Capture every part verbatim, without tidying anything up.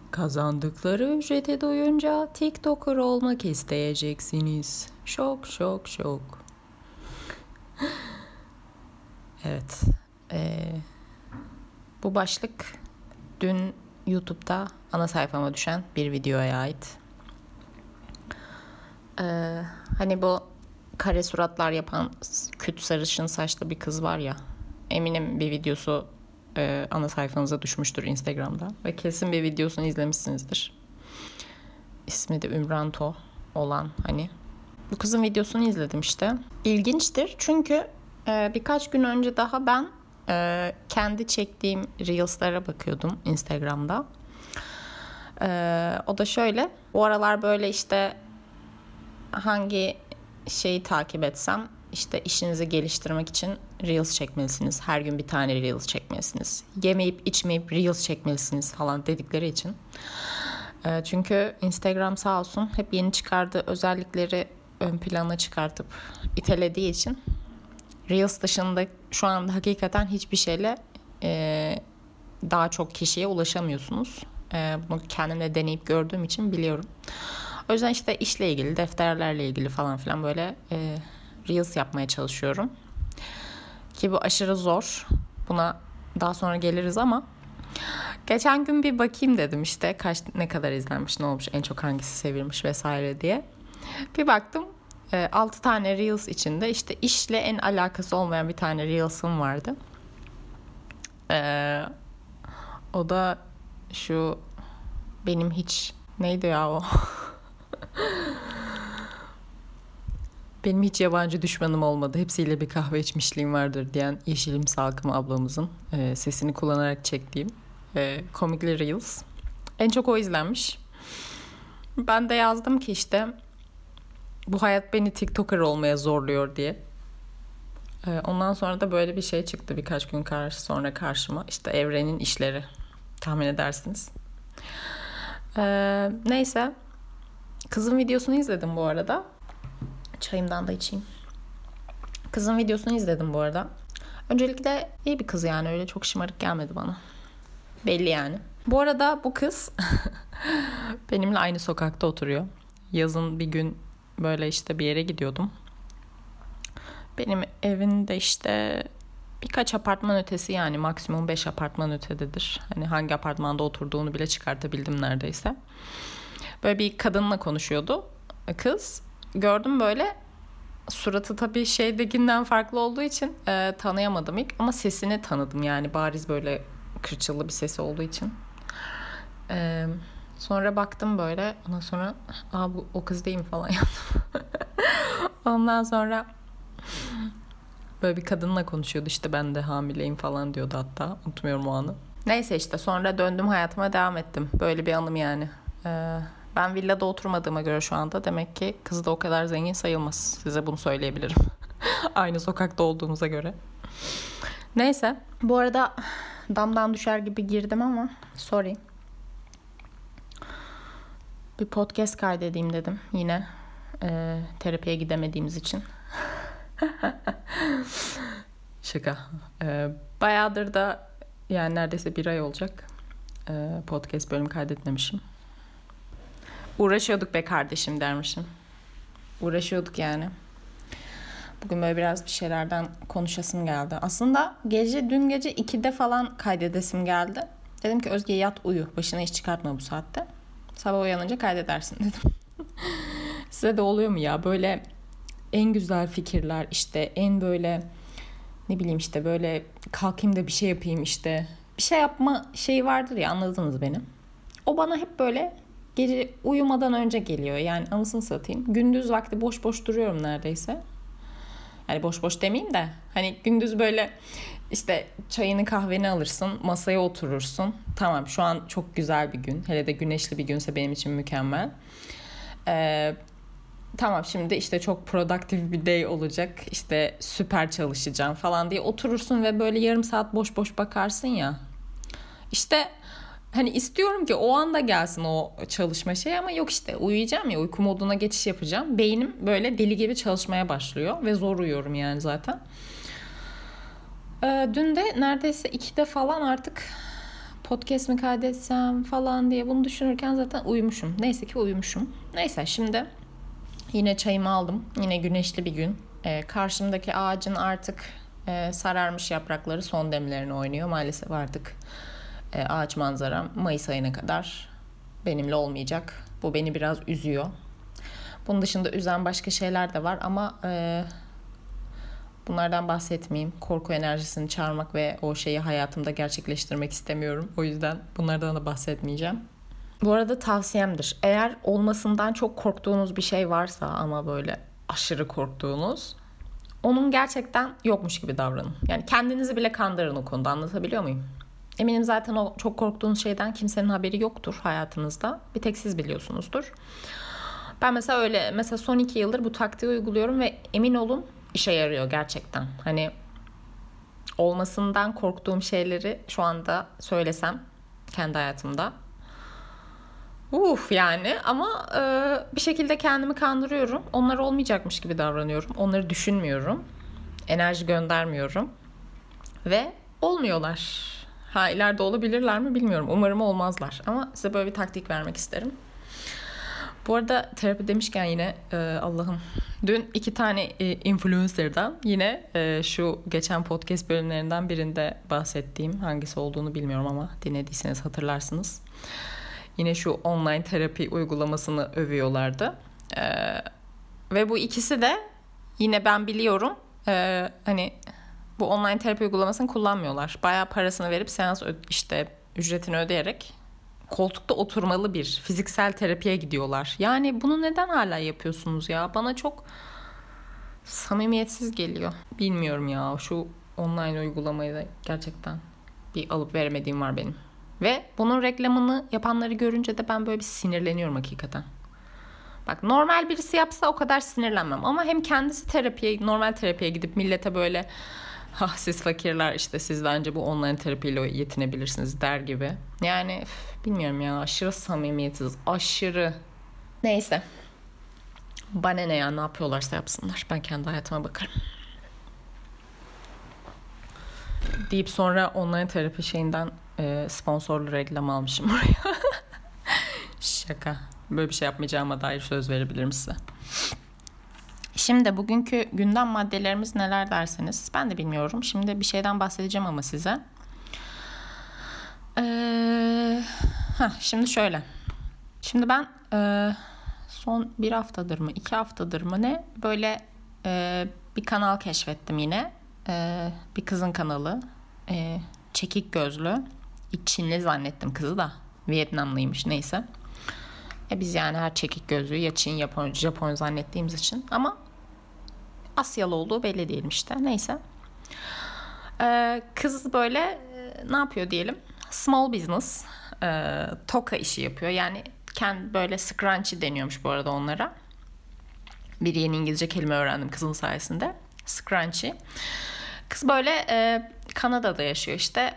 Kazandıkları ücreti duyunca TikToker olmak isteyeceksiniz. Şok şok şok. Evet. Ee, bu başlık dün YouTube'da ana sayfama düşen bir videoya ait. Ee, hani bu kare suratlar yapan küt sarışın saçlı bir kız var ya. Eminim bir videosu e, ana sayfanıza düşmüştür Instagram'da. Ve kesin bir videosunu izlemişsinizdir. İsmi de Ümranto olan hani. Bu kızın videosunu izledim işte. İlginçtir çünkü e, birkaç gün önce daha ben e, kendi çektiğim Reels'lara bakıyordum Instagram'da. E, o da şöyle. O aralar böyle işte hangi şeyi takip etsem işte işinizi geliştirmek için Reels çekmelisiniz. Her gün bir tane Reels çekmelisiniz. Yemeyip içmeyip Reels çekmelisiniz falan dedikleri için. E, çünkü Instagram sağ olsun hep yeni çıkardığı özellikleri ön plana çıkartıp itelediği için Reels dışında şu anda hakikaten hiçbir şeyle e, daha çok kişiye ulaşamıyorsunuz. E, bunu kendimle deneyip gördüğüm için biliyorum. O yüzden işte işle ilgili, defterlerle ilgili falan filan böyle e, Reels yapmaya çalışıyorum. Ki bu aşırı zor. Buna daha sonra geliriz ama geçen gün bir bakayım dedim işte kaç ne kadar izlenmiş, ne olmuş, en çok hangisi sevilmiş vesaire diye. Bir baktım altı tane Reels içinde işte işle en alakası olmayan bir tane Reels'ım vardı. Ee, o da şu benim hiç neydi ya o? Benim hiç yabancı düşmanım olmadı. Hepsiyle bir kahve içmişliğim vardır diyen Yeşilim Salkım ablamızın e, sesini kullanarak çektiğim e, komikli Reels. En çok o izlenmiş. Ben de yazdım ki işte bu hayat beni TikToker olmaya zorluyor diye. Ee, ondan sonra da böyle bir şey çıktı birkaç gün karşı sonra karşıma. İşte evrenin işleri. Tahmin edersiniz. Ee, neyse. Kızın videosunu izledim bu arada. Çayımdan da içeyim. Kızın videosunu izledim bu arada. Öncelikle iyi bir kız yani. Öyle çok şımarık gelmedi bana. Belli yani. Bu arada bu kız benimle aynı sokakta oturuyor. Yazın bir gün böyle işte bir yere gidiyordum. Benim evin de işte birkaç apartman ötesi yani maksimum beş apartman ötededir. Hani hangi apartmanda oturduğunu bile çıkartabildim neredeyse. Böyle bir kadınla konuşuyordu kız. Gördüm böyle suratı tabii şeydekinden farklı olduğu için e, tanıyamadım ilk. Ama sesini tanıdım yani bariz böyle kırçıllı bir sesi olduğu için. E, sonra baktım böyle ondan sonra aa bu o kız değil mi falan yaptım. Ondan sonra böyle bir kadınla konuşuyordu işte ben de hamileyim falan diyordu hatta. Unutmuyorum o anı. Neyse işte sonra döndüm hayatıma devam ettim. Böyle bir anım yani. Ee, ben villada oturmadığıma göre şu anda demek ki kız da o kadar zengin sayılmaz. Size bunu söyleyebilirim. Aynı sokakta olduğumuza göre. Neyse. Bu arada damdan düşer gibi girdim ama sorry. Bir podcast kaydedeyim dedim yine. Ee, terapiye gidemediğimiz için. Şaka. Ee, bayağıdır da yani neredeyse bir ay olacak ee, podcast bölüm kaydetmemişim. Uğraşıyorduk be kardeşim dermişim. Uğraşıyorduk yani. Bugün böyle biraz bir şeylerden konuşasım geldi. Aslında gece dün gece ikide falan kaydedesim geldi. Dedim ki Özge yat uyu. Başına iş çıkartma bu saatte. Sabah uyanınca kaydedersin dedim. Size de oluyor mu ya böyle en güzel fikirler işte en böyle ne bileyim işte böyle kalkayım da bir şey yapayım işte bir şey yapma şeyi vardır ya anladınız benim. O bana hep böyle gece uyumadan önce geliyor yani anasını satayım. Gündüz vakti boş boş duruyorum neredeyse. Yani boş boş demeyeyim de hani gündüz böyle işte çayını kahveni alırsın masaya oturursun. Tamam şu an çok güzel bir gün hele de güneşli bir günse benim için mükemmel. Eee Tamam şimdi işte çok productive bir day olacak işte süper çalışacağım falan diye oturursun ve böyle yarım saat boş boş bakarsın ya. İşte hani istiyorum ki o anda gelsin o çalışma şey ama yok işte uyuyacağım ya uyku moduna geçiş yapacağım. Beynim böyle deli gibi çalışmaya başlıyor ve zor uyuyorum yani zaten. Ee, dün de neredeyse ikide falan artık podcast mi kaydetsem falan diye bunu düşünürken zaten uyumuşum. Neyse ki uyumuşum. Neyse şimdi yine çayımı aldım. Yine güneşli bir gün. Ee, karşımdaki ağacın artık e, sararmış yaprakları son demlerini oynuyor. Maalesef artık e, ağaç manzaram Mayıs ayına kadar benimle olmayacak. Bu beni biraz üzüyor. Bunun dışında üzen başka şeyler de var ama e, bunlardan bahsetmeyeyim. Korku enerjisini çağırmak ve o şeyi hayatımda gerçekleştirmek istemiyorum. O yüzden bunlardan da bahsetmeyeceğim. Bu arada tavsiyemdir. Eğer olmasından çok korktuğunuz bir şey varsa ama böyle aşırı korktuğunuz, onun gerçekten yokmuş gibi davranın. Yani kendinizi bile kandırın o konuda, anlatabiliyor muyum? Eminim zaten o çok korktuğunuz şeyden kimsenin haberi yoktur hayatınızda. Bir tek siz biliyorsunuzdur. Ben mesela öyle, mesela son iki yıldır bu taktiği uyguluyorum ve emin olun işe yarıyor gerçekten. Hani olmasından korktuğum şeyleri şu anda söylesem kendi hayatımda. Uf yani ama e, bir şekilde kendimi kandırıyorum. Onlar olmayacakmış gibi davranıyorum. Onları düşünmüyorum. Enerji göndermiyorum. Ve olmuyorlar. Ha ileride olabilirler mi bilmiyorum. Umarım olmazlar. Ama size böyle bir taktik vermek isterim. Bu arada terapi demişken yine e, Allah'ım. Dün iki tane e, influencer'dan yine e, şu geçen podcast bölümlerinden birinde bahsettiğim, hangisi olduğunu bilmiyorum ama dinlediyseniz hatırlarsınız. Yine şu online terapi uygulamasını övüyorlardı. Ee, ve bu ikisi de yine ben biliyorum e, hani bu online terapi uygulamasını kullanmıyorlar. Bayağı parasını verip seans ö- işte ücretini ödeyerek koltukta oturmalı bir fiziksel terapiye gidiyorlar. Yani bunu neden hala yapıyorsunuz ya? Bana çok samimiyetsiz geliyor. Bilmiyorum ya, şu online uygulamayı da gerçekten bir alıp veremediğim var benim. Ve bunun reklamını yapanları görünce de ben böyle bir sinirleniyorum hakikaten. Bak normal birisi yapsa o kadar sinirlenmem. Ama hem kendisi terapiye, normal terapiye gidip millete böyle ha siz fakirler işte siz de anca bu online terapiyle yetinebilirsiniz der gibi. Yani üf, bilmiyorum ya, aşırı samimiyetsiz, aşırı. Neyse. Bana ne ya, ne yapıyorlarsa yapsınlar. Ben kendi hayatıma bakarım. Deyip sonra online terapi şeyinden e, sponsorlu reklam almışım oraya. Şaka. Böyle bir şey yapmayacağıma dair söz verebilirim size. Şimdi bugünkü gündem maddelerimiz neler derseniz ben de bilmiyorum. Şimdi bir şeyden bahsedeceğim ama size. Ee, heh, şimdi şöyle. Şimdi ben e, son bir haftadır mı iki haftadır mı ne böyle e, bir kanal keşfettim yine. E, bir kızın kanalı. E, çekik gözlü. Çinli zannettim kızı da. Vietnamlıymış neyse. E biz yani her çekik gözlüğü ya Çin, Japon, Japon zannettiğimiz için. Ama Asyalı olduğu belli değilmiş işte. Neyse. Ee, kız böyle e, ne yapıyor diyelim? Small business. E, toka işi yapıyor. Yani kendi böyle scrunchie deniyormuş bu arada onlara. Bir yeni İngilizce kelime öğrendim kızın sayesinde. Scrunchie. Kız böyle e, Kanada'da yaşıyor işte.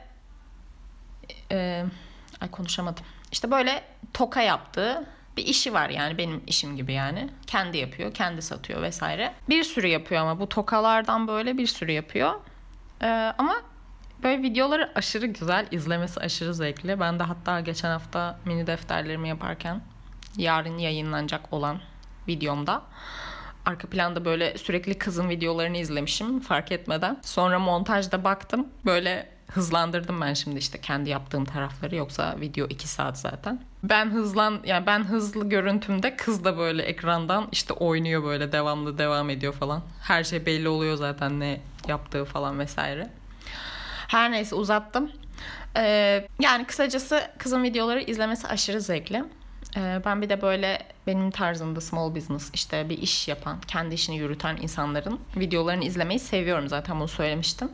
E, ay konuşamadım. İşte böyle toka yaptığı bir işi var yani benim işim gibi yani. Kendi yapıyor, kendi satıyor vesaire. Bir sürü yapıyor ama bu tokalardan böyle bir sürü yapıyor. Ee, ama böyle videoları aşırı güzel, izlemesi aşırı zevkli. Ben de hatta geçen hafta mini defterlerimi yaparken yarın yayınlanacak olan videomda arka planda böyle sürekli kızın videolarını izlemişim fark etmeden. Sonra montajda baktım böyle hızlandırdım ben şimdi işte kendi yaptığım tarafları, yoksa video iki saat zaten. Ben hızlan yani ben hızlı görüntümde kız da böyle ekrandan işte oynuyor böyle devamlı devam ediyor falan. Her şey belli oluyor zaten ne yaptığı falan vesaire. Her neyse uzattım. Ee, yani kısacası kızın videoları izlemesi aşırı zevkli. Ee, ben bir de böyle benim tarzımda small business işte bir iş yapan, kendi işini yürüten insanların videolarını izlemeyi seviyorum, zaten bunu söylemiştim.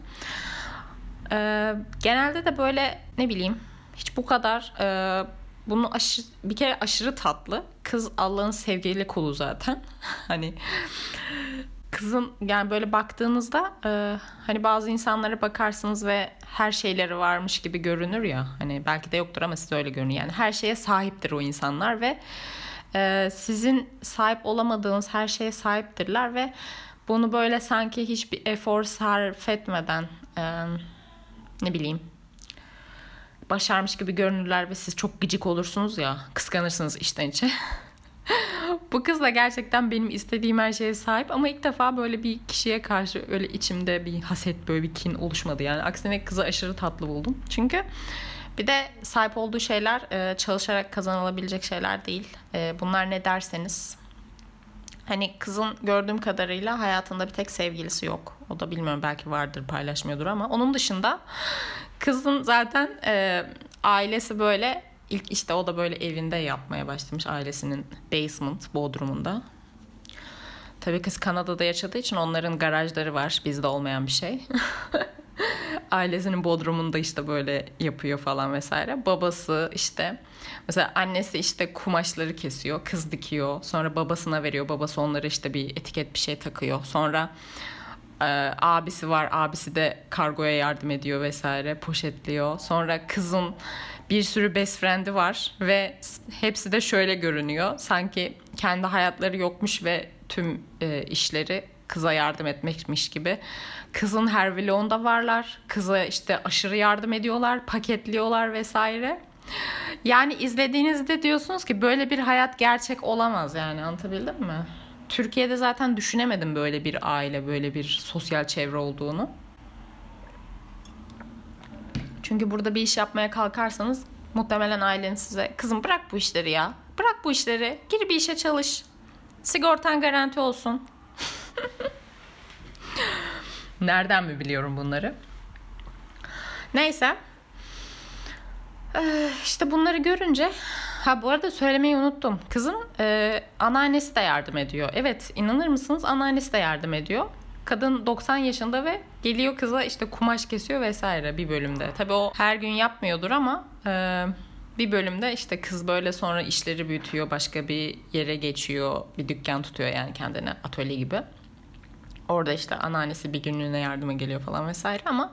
Ee, genelde de böyle ne bileyim hiç bu kadar e, bunu aşırı, bir kere aşırı tatlı. Kız Allah'ın sevgili kulu zaten. Hani kızın yani böyle baktığınızda e, hani bazı insanlara bakarsınız ve her şeyleri varmış gibi görünür ya. Hani belki de yoktur ama size öyle görünüyor. Yani her şeye sahiptir o insanlar ve e, sizin sahip olamadığınız her şeye sahiptirler ve bunu böyle sanki hiçbir efor sarf etmeden e, ne bileyim başarmış gibi görünürler ve siz çok gıcık olursunuz ya, kıskanırsınız içten içe. Bu kız da gerçekten benim istediğim her şeye sahip ama ilk defa böyle bir kişiye karşı öyle içimde bir haset, böyle bir kin oluşmadı. Yani aksine kızı aşırı tatlı buldum. Çünkü bir de sahip olduğu şeyler e, çalışarak kazanılabilecek şeyler değil. E, bunlar ne derseniz, hani kızın gördüğüm kadarıyla hayatında bir tek sevgilisi yok. O da bilmiyorum, belki vardır, paylaşmıyordur ama onun dışında kızın zaten e, ailesi böyle, ilk işte o da böyle evinde yapmaya başlamış, ailesinin basement, bodrumunda. Tabii kız Kanada'da yaşadığı için onların garajları var, bizde olmayan bir şey. Ailesinin bodrumunda işte böyle yapıyor falan vesaire. Babası işte, mesela annesi işte kumaşları kesiyor, kız dikiyor. Sonra babasına veriyor. Babası onlara işte bir etiket bir şey takıyor. Sonra e, abisi var. Abisi de kargoya yardım ediyor vesaire, poşetliyor. Sonra kızın bir sürü best friend'i var ve hepsi de şöyle görünüyor. Sanki kendi hayatları yokmuş ve tüm e, işleri kıza yardım etmekmiş gibi. Kızın her vlogunda varlar. Kıza işte aşırı yardım ediyorlar, paketliyorlar vesaire. Yani izlediğinizde diyorsunuz ki böyle bir hayat gerçek olamaz, yani anlatabildim mi? Türkiye'de zaten düşünemedim böyle bir aile, böyle bir sosyal çevre olduğunu. Çünkü burada bir iş yapmaya kalkarsanız muhtemelen aileniz size, kızım bırak bu işleri ya. Bırak bu işleri, gir bir işe çalış. Sigortan garanti olsun. Nereden mi biliyorum bunları? Neyse. Ee, işte bunları görünce, ha bu arada söylemeyi unuttum. Kızın e, anneannesi de yardım ediyor. Evet, inanır mısınız, anneannesi de yardım ediyor. Kadın doksan yaşında ve geliyor kıza işte kumaş kesiyor vesaire bir bölümde. Tabii o her gün yapmıyordur ama e, bir bölümde işte kız böyle sonra işleri büyütüyor. Başka bir yere geçiyor. Bir dükkan tutuyor yani kendine, atölye gibi. Orada işte anneannesi bir günlüğüne yardıma geliyor falan vesaire ama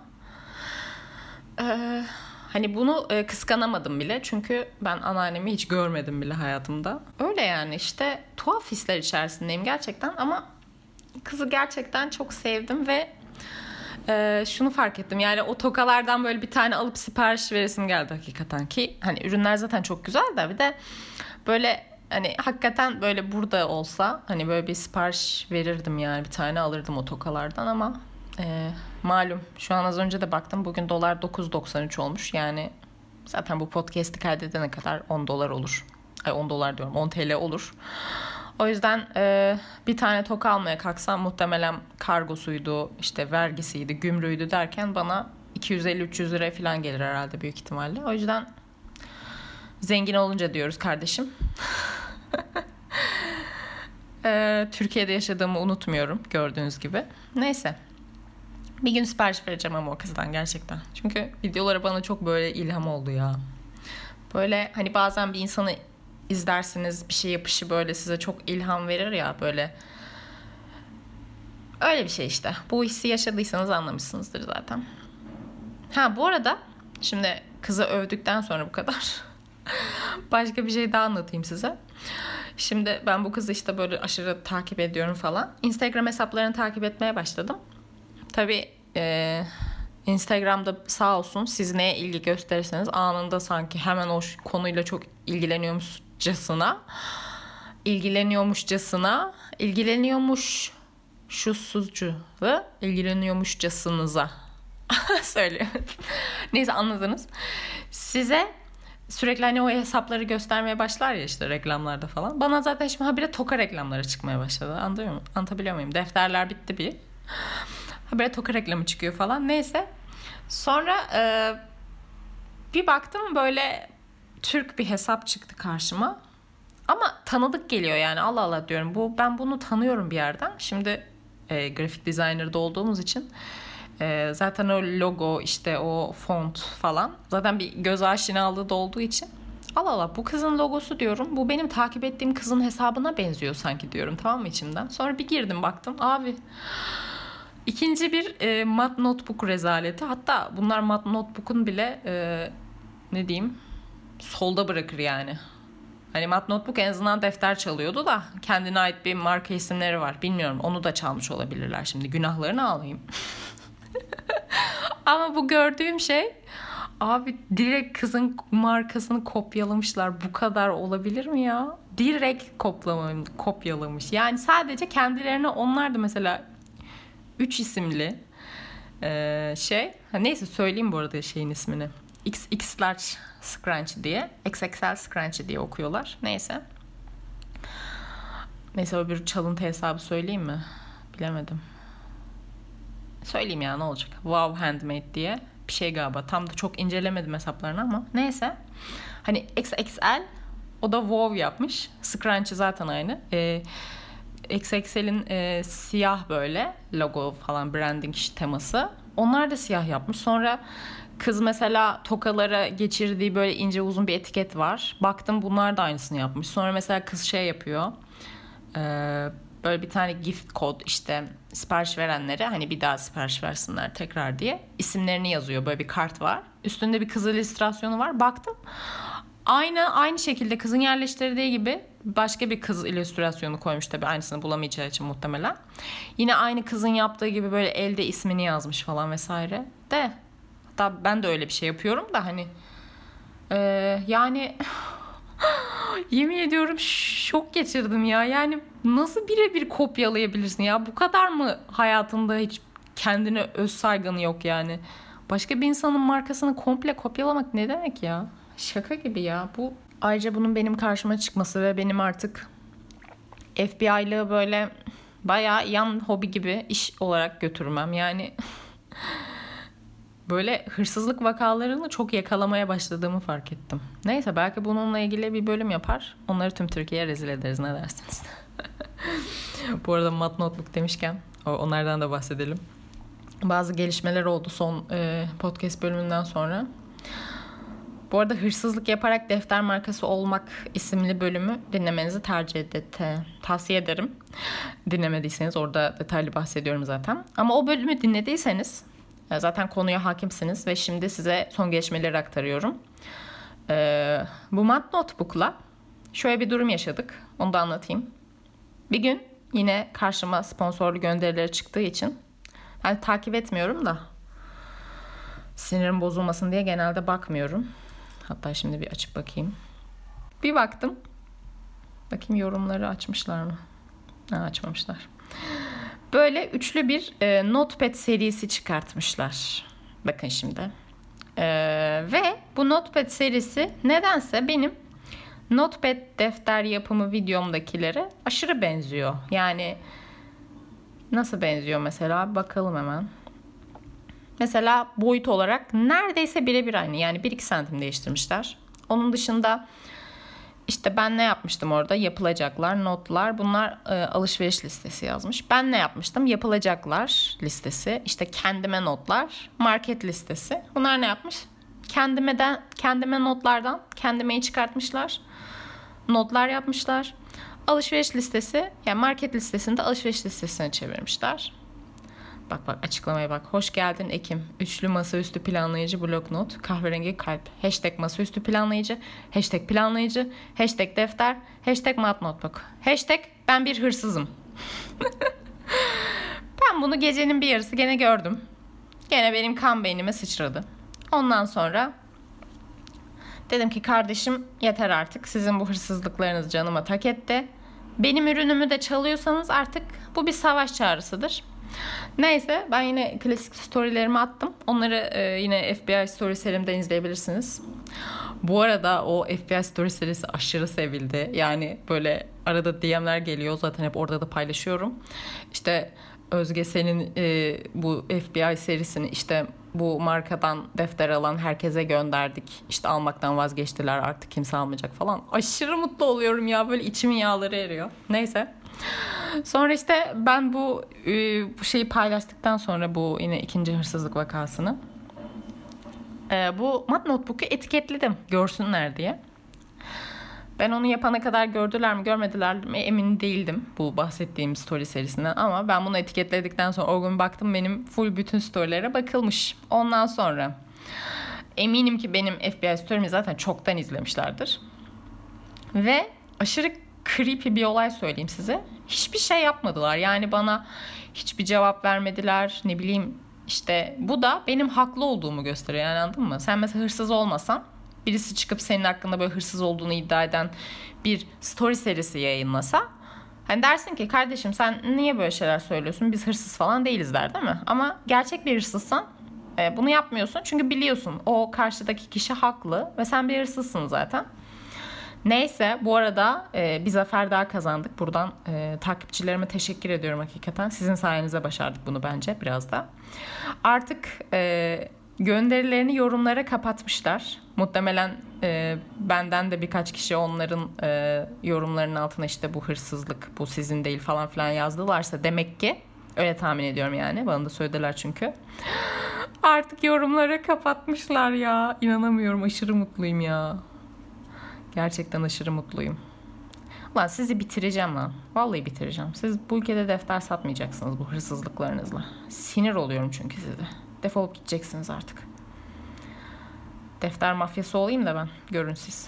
e, hani bunu e, kıskanamadım bile. Çünkü ben anneannemi hiç görmedim bile hayatımda. Öyle yani, işte tuhaf hisler içerisindeyim gerçekten ama kızı gerçekten çok sevdim ve e, şunu fark ettim. Yani o tokalardan böyle bir tane alıp sipariş veresim geldi hakikaten, ki hani ürünler zaten çok güzel de bir de böyle hani hakikaten böyle burada olsa hani böyle bir sipariş verirdim, yani bir tane alırdım o tokalardan ama e, malum şu an az önce de baktım, bugün dolar dokuz doksan üç olmuş. Yani zaten bu podcast'i kaydedene kadar on dolar olur. Ay on dolar diyorum, on T L olur. O yüzden e, bir tane toka almaya kalksam muhtemelen kargosuydu, işte vergisiydi, gümrüğüydü derken bana iki yüz elli üç yüz liraya falan gelir herhalde büyük ihtimalle. O yüzden zengin olunca diyoruz kardeşim. e, Türkiye'de yaşadığımı unutmuyorum gördüğünüz gibi. Neyse. Bir gün sipariş vereceğim ama o kızdan gerçekten. Çünkü videoları bana çok böyle ilham oldu ya. Böyle hani bazen bir insanı izlersiniz, bir şey yapışı böyle size çok ilham verir ya, böyle. Öyle bir şey işte. Bu hissi yaşadıysanız anlamışsınızdır zaten. Ha bu arada şimdi kızı övdükten sonra bu kadar. Başka bir şey daha anlatayım size. Şimdi ben bu kızı işte böyle aşırı takip ediyorum falan. Instagram hesaplarını takip etmeye başladım. Tabii e, Instagram'da sağ olsun siz neye ilgi gösterirseniz anında sanki hemen o konuyla çok ilgileniyormuşçasına ilgileniyormuşçasına ilgileniyormuş şusuzcu ve ilgileniyormuşçasınıza söylüyorum. Neyse anladınız. Size sürekli hani o hesapları göstermeye başlar ya işte reklamlarda falan. Bana zaten şimdi habire toka reklamları çıkmaya başladı. Anlıyor muyum? Anlatabiliyor muyum? Defterler bitti bir. Habire toka reklamı çıkıyor falan. Neyse. Sonra e, bir baktım böyle Türk bir hesap çıktı karşıma. Ama tanıdık geliyor yani, Allah Allah diyorum. Bu ben bunu tanıyorum bir yerden. Şimdi e, grafik designer'da olduğumuz için e, zaten o logo işte o font falan zaten bir göz aşinalığı da olduğu için Allah Allah bu kızın logosu diyorum. Bu benim takip ettiğim kızın hesabına benziyor sanki diyorum, tamam mı, içimden. Sonra bir girdim baktım abi. İkinci bir e, mat notebook rezaleti. Hatta bunlar mat notebook'un bile e, ne diyeyim solda bırakır yani. Hani mat notebook en azından defter çalıyordu da kendine ait bir marka isimleri var. Bilmiyorum, onu da çalmış olabilirler, şimdi günahlarını alayım. Ama bu gördüğüm şey Abi direkt kızın markasını kopyalamışlar. Bu kadar olabilir mi ya? Direkt koplama, kopyalamış. Yani sadece kendilerine, onlar da mesela üç isimli e, şey. Ha, neyse söyleyeyim bu arada şeyin ismini. X X Large Scrunchie diye. X X L Scrunchie diye okuyorlar. Neyse. Neyse o bir çalıntı hesabı söyleyeyim mi? Bilemedim. Söyleyeyim ya, ne olacak? Wow Handmade diye bir şey galiba. Tam da çok incelemedim hesaplarını ama neyse. Hani X X L, o da Wow yapmış. Scrunchie zaten aynı. Ee, X X L'in e, siyah böyle logo falan, branding teması. Onlar da siyah yapmış. Sonra kız mesela tokalara geçirdiği böyle ince uzun bir etiket var. Baktım bunlar da aynısını yapmış. Sonra mesela kız şey yapıyor. Ee, böyle bir tane gift kod, işte sipariş verenlere hani bir daha sipariş versinler tekrar diye isimlerini yazıyor. Böyle bir kart var. Üstünde bir kız illüstrasyonu var. Baktım. Aynı aynı şekilde kızın yerleştirdiği gibi başka bir kız illüstrasyonu koymuş, tabii aynısını bulamayacağı için muhtemelen. Yine aynı kızın yaptığı gibi böyle elde ismini yazmış falan vesaire. De hatta ben de öyle bir şey yapıyorum da hani e, yani yemin ediyorum şok geçirdim ya. Yani nasıl birebir kopyalayabilirsin ya? Bu kadar mı hayatında hiç kendine öz saygın yok yani? Başka bir insanın markasını komple kopyalamak ne demek ya? Şaka gibi ya. Bu ayrıca bunun benim karşıma çıkması ve benim artık F B I'lığı böyle bayağı yan hobi gibi iş olarak götürmem. Yani böyle hırsızlık vakalarını çok yakalamaya başladığımı fark ettim. Neyse, belki bununla ilgili bir bölüm yapar. Onları tüm Türkiye'ye rezil ederiz, ne dersiniz? Bu arada mat notebook demişken onlardan da bahsedelim. Bazı gelişmeler oldu son e, podcast bölümünden sonra. Bu arada hırsızlık yaparak defter markası olmak isimli bölümü dinlemenizi tercih ed- tavsiye ederim. Dinlemediyseniz orada detaylı bahsediyorum zaten. Ama o bölümü dinlediyseniz zaten konuya hakimsiniz ve şimdi size son gelişmeleri aktarıyorum. Ee, bu mat notebook'la şöyle bir durum yaşadık. Onu da anlatayım. Bir gün yine karşıma sponsorlu gönderileri çıktığı için, yani takip etmiyorum da sinirim bozulmasın diye genelde bakmıyorum. Hatta şimdi bir açıp bakayım. Bir baktım. Bakayım yorumları açmışlar mı? Ha, açmamışlar. Böyle üçlü bir e, Notepad serisi çıkartmışlar. Bakın şimdi. E, ve bu Notepad serisi nedense benim Notepad defter yapımı videomdakilere aşırı benziyor. Yani nasıl benziyor mesela? Bakalım hemen. Mesela boyut olarak neredeyse birebir aynı. Yani bir iki santim değiştirmişler. Onun dışında işte ben ne yapmıştım orada? Yapılacaklar, notlar. Bunlar e, alışveriş listesi yazmış. Ben ne yapmıştım? Yapılacaklar listesi. İşte kendime notlar. Market listesi. Bunlar ne yapmış? Kendimeden, kendime notlardan kendimeyi çıkartmışlar. Notlar yapmışlar. Alışveriş listesi, yani market listesinde alışveriş listesine çevirmişler. Bak bak açıklamaya bak. Hoş geldin Ekim. Üçlü masaüstü planlayıcı bloknot. Kahverengi kalp. Hashtag masaüstü planlayıcı. Hashtag planlayıcı. Hashtag defter. Hashtag mat notebook. Hashtag ben bir hırsızım. Ben bunu gecenin bir yarısı gene gördüm. Gene benim kan beynime sıçradı. Ondan sonra dedim ki kardeşim yeter artık. Sizin bu hırsızlıklarınız canıma tak etti. Benim ürünümü de çalıyorsanız artık bu bir savaş çağrısıdır. Neyse, ben yine klasik storylerimi attım. Onları e, yine F B I story serimden izleyebilirsiniz. Bu arada o F B I story serisi aşırı sevildi. Yani böyle arada D M'ler geliyor. Zaten hep orada da paylaşıyorum. İşte Özge, senin e, bu F B I serisini işte bu markadan defter alan herkese gönderdik. İşte almaktan vazgeçtiler, artık kimse almayacak falan. Aşırı mutlu oluyorum ya, böyle içimin yağları eriyor. Neyse. Sonra işte ben bu, bu şeyi paylaştıktan sonra bu yine ikinci hırsızlık vakasını bu mat notebook'u etiketledim görsünler diye. Ben onu yapana kadar gördüler mi görmediler mi emin değildim bu bahsettiğim story serisinden, ama ben bunu etiketledikten sonra o gün baktım benim full bütün storylere bakılmış. Ondan sonra eminim ki benim F B I story'mi zaten çoktan izlemişlerdir. Ve aşırı creepy bir olay söyleyeyim size. Hiçbir şey yapmadılar. Yani bana hiçbir cevap vermediler. Ne bileyim, işte bu da benim haklı olduğumu gösteriyor, yani anladın mı? Sen mesela hırsız olmasan, birisi çıkıp senin hakkında böyle hırsız olduğunu iddia eden bir story serisi yayınlasa, hani dersin ki kardeşim sen niye böyle şeyler söylüyorsun, biz hırsız falan değiliz der, değil mi? Ama gerçek bir hırsızsan e, bunu yapmıyorsun çünkü biliyorsun o karşıdaki kişi haklı ve sen bir hırsızsın zaten. Neyse, bu arada e, bir zafer daha kazandık. Buradan e, takipçilerime teşekkür ediyorum hakikaten. Sizin sayenizde başardık bunu bence biraz da. Artık e, gönderilerini yorumlara kapatmışlar. Muhtemelen e, benden de birkaç kişi onların e, yorumlarının altına işte bu hırsızlık, bu sizin değil falan filan yazdılarsa demek ki, öyle tahmin ediyorum yani. Bana da söylediler çünkü. Artık yorumlara kapatmışlar ya. İnanamıyorum, aşırı mutluyum ya. Gerçekten aşırı mutluyum. Lan sizi bitireceğim lan. Vallahi bitireceğim. Siz bu ülkede defter satmayacaksınız bu hırsızlıklarınızla. Sinir oluyorum çünkü size. Defolup gideceksiniz artık. Defter mafyası olayım da ben. Görün siz.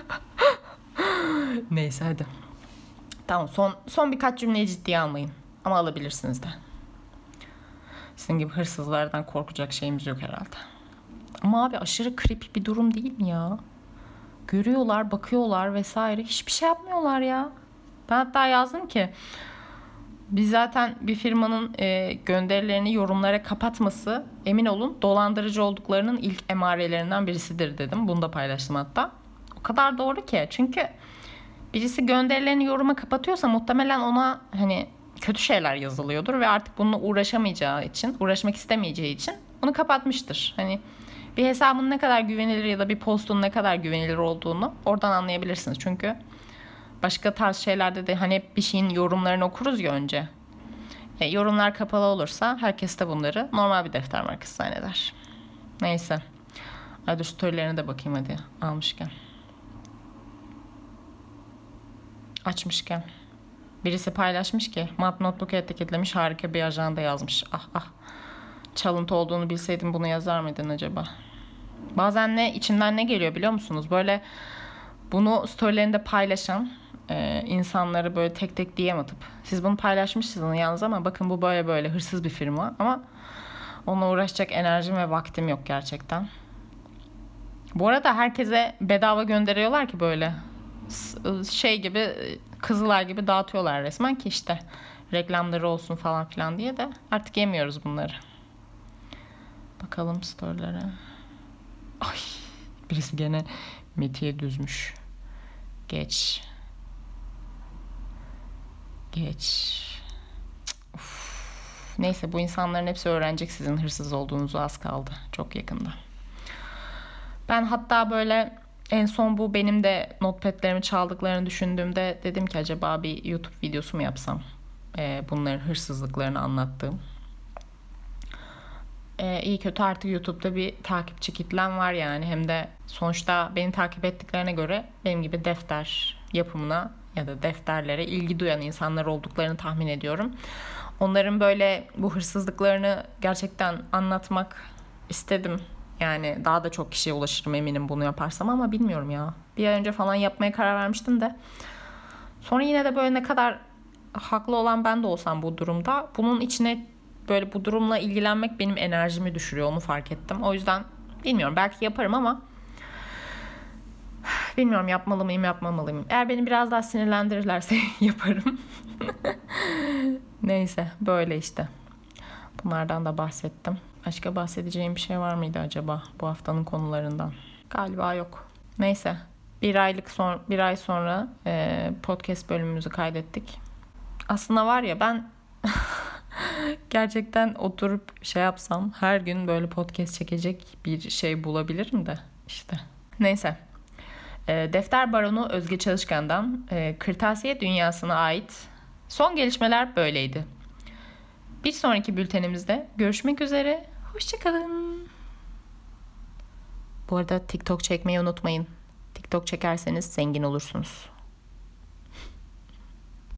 Neyse hadi. Tamam, son son birkaç cümleyi ciddiye almayın. Ama alabilirsiniz de. Sizin gibi hırsızlardan korkacak şeyimiz yok herhalde. Ama abi aşırı creepy bir durum değil mi ya? Görüyorlar, bakıyorlar vesaire. Hiçbir şey yapmıyorlar ya. Ben hatta yazdım ki biz zaten bir firmanın e, gönderilerini yorumlara kapatması, emin olun, dolandırıcı olduklarının ilk emarelerinden birisidir dedim. Bunu da paylaştım hatta. O kadar doğru ki. Çünkü birisi gönderilerini yoruma kapatıyorsa muhtemelen ona hani kötü şeyler yazılıyordur ve artık bununla uğraşamayacağı için, uğraşmak istemeyeceği için onu kapatmıştır. Hani bir hesabın ne kadar güvenilir ya da bir postun ne kadar güvenilir olduğunu oradan anlayabilirsiniz. Çünkü başka tarz şeylerde de hani hep bir şeyin yorumlarını okuruz ya önce. E, yorumlar kapalı olursa herkes de bunları normal bir defter markası zanneder. Neyse. Hadi storylerine de bakayım hadi almışken. Açmışken. Birisi paylaşmış ki Mat Notebook'u etiketlemiş, harika bir ajanda yazmış. Ah ah. Çalıntı olduğunu bilseydim bunu yazar mıydın acaba? Bazen ne içimden ne geliyor biliyor musunuz? Böyle bunu storylerinde paylaşan e, insanları böyle tek tek D M atıp siz bunu paylaşmışsınız yalnız ama bakın bu böyle böyle hırsız bir firma, ama onunla uğraşacak enerjim ve vaktim yok gerçekten. Bu arada herkese bedava gönderiyorlar ki böyle şey gibi, Kızılay gibi dağıtıyorlar resmen ki işte reklamları olsun falan filan diye, de artık yemiyoruz bunları. Bakalım storylere. Ay, birisi gene Metiye düzmüş. Geç. Geç. Uf. Neyse, bu insanların hepsi öğrenecek sizin hırsız olduğunuzu, az kaldı. Çok yakında. Ben hatta böyle en son bu benim de notepad'lerimi çaldıklarını düşündüğümde dedim ki acaba bir YouTube videosu mu yapsam? Ee, bunların hırsızlıklarını anlattığım. Ee, iyi kötü artık YouTube'da bir takipçi kitlem var yani. Hem de sonuçta beni takip ettiklerine göre benim gibi defter yapımına ya da defterlere ilgi duyan insanlar olduklarını tahmin ediyorum. Onların böyle bu hırsızlıklarını gerçekten anlatmak istedim. Yani daha da çok kişiye ulaşırım eminim bunu yaparsam, ama bilmiyorum ya. Bir ay önce falan yapmaya karar vermiştim de. Sonra yine de böyle ne kadar haklı olan ben de olsam bu durumda, bunun içine böyle bu durumla ilgilenmek benim enerjimi düşürüyor, onu fark ettim. O yüzden bilmiyorum, belki yaparım ama bilmiyorum yapmalı mıyım yapmamalı mıyım. Eğer beni biraz daha sinirlendirirlerse yaparım. Neyse böyle işte. Bunlardan da bahsettim. Başka bahsedeceğim bir şey var mıydı acaba bu haftanın konularından? Galiba yok. Neyse. Bir aylık son, bir ay sonra e, podcast bölümümüzü kaydettik. Aslında var ya, ben gerçekten oturup şey yapsam her gün böyle podcast çekecek bir şey bulabilirim de işte. Neyse. E, Defter Baronu Özge Çalışkan'dan e, kırtasiye dünyasına ait son gelişmeler böyleydi. Bir sonraki bültenimizde görüşmek üzere. Hoşçakalın. Bu arada TikTok çekmeyi unutmayın. TikTok çekerseniz zengin olursunuz.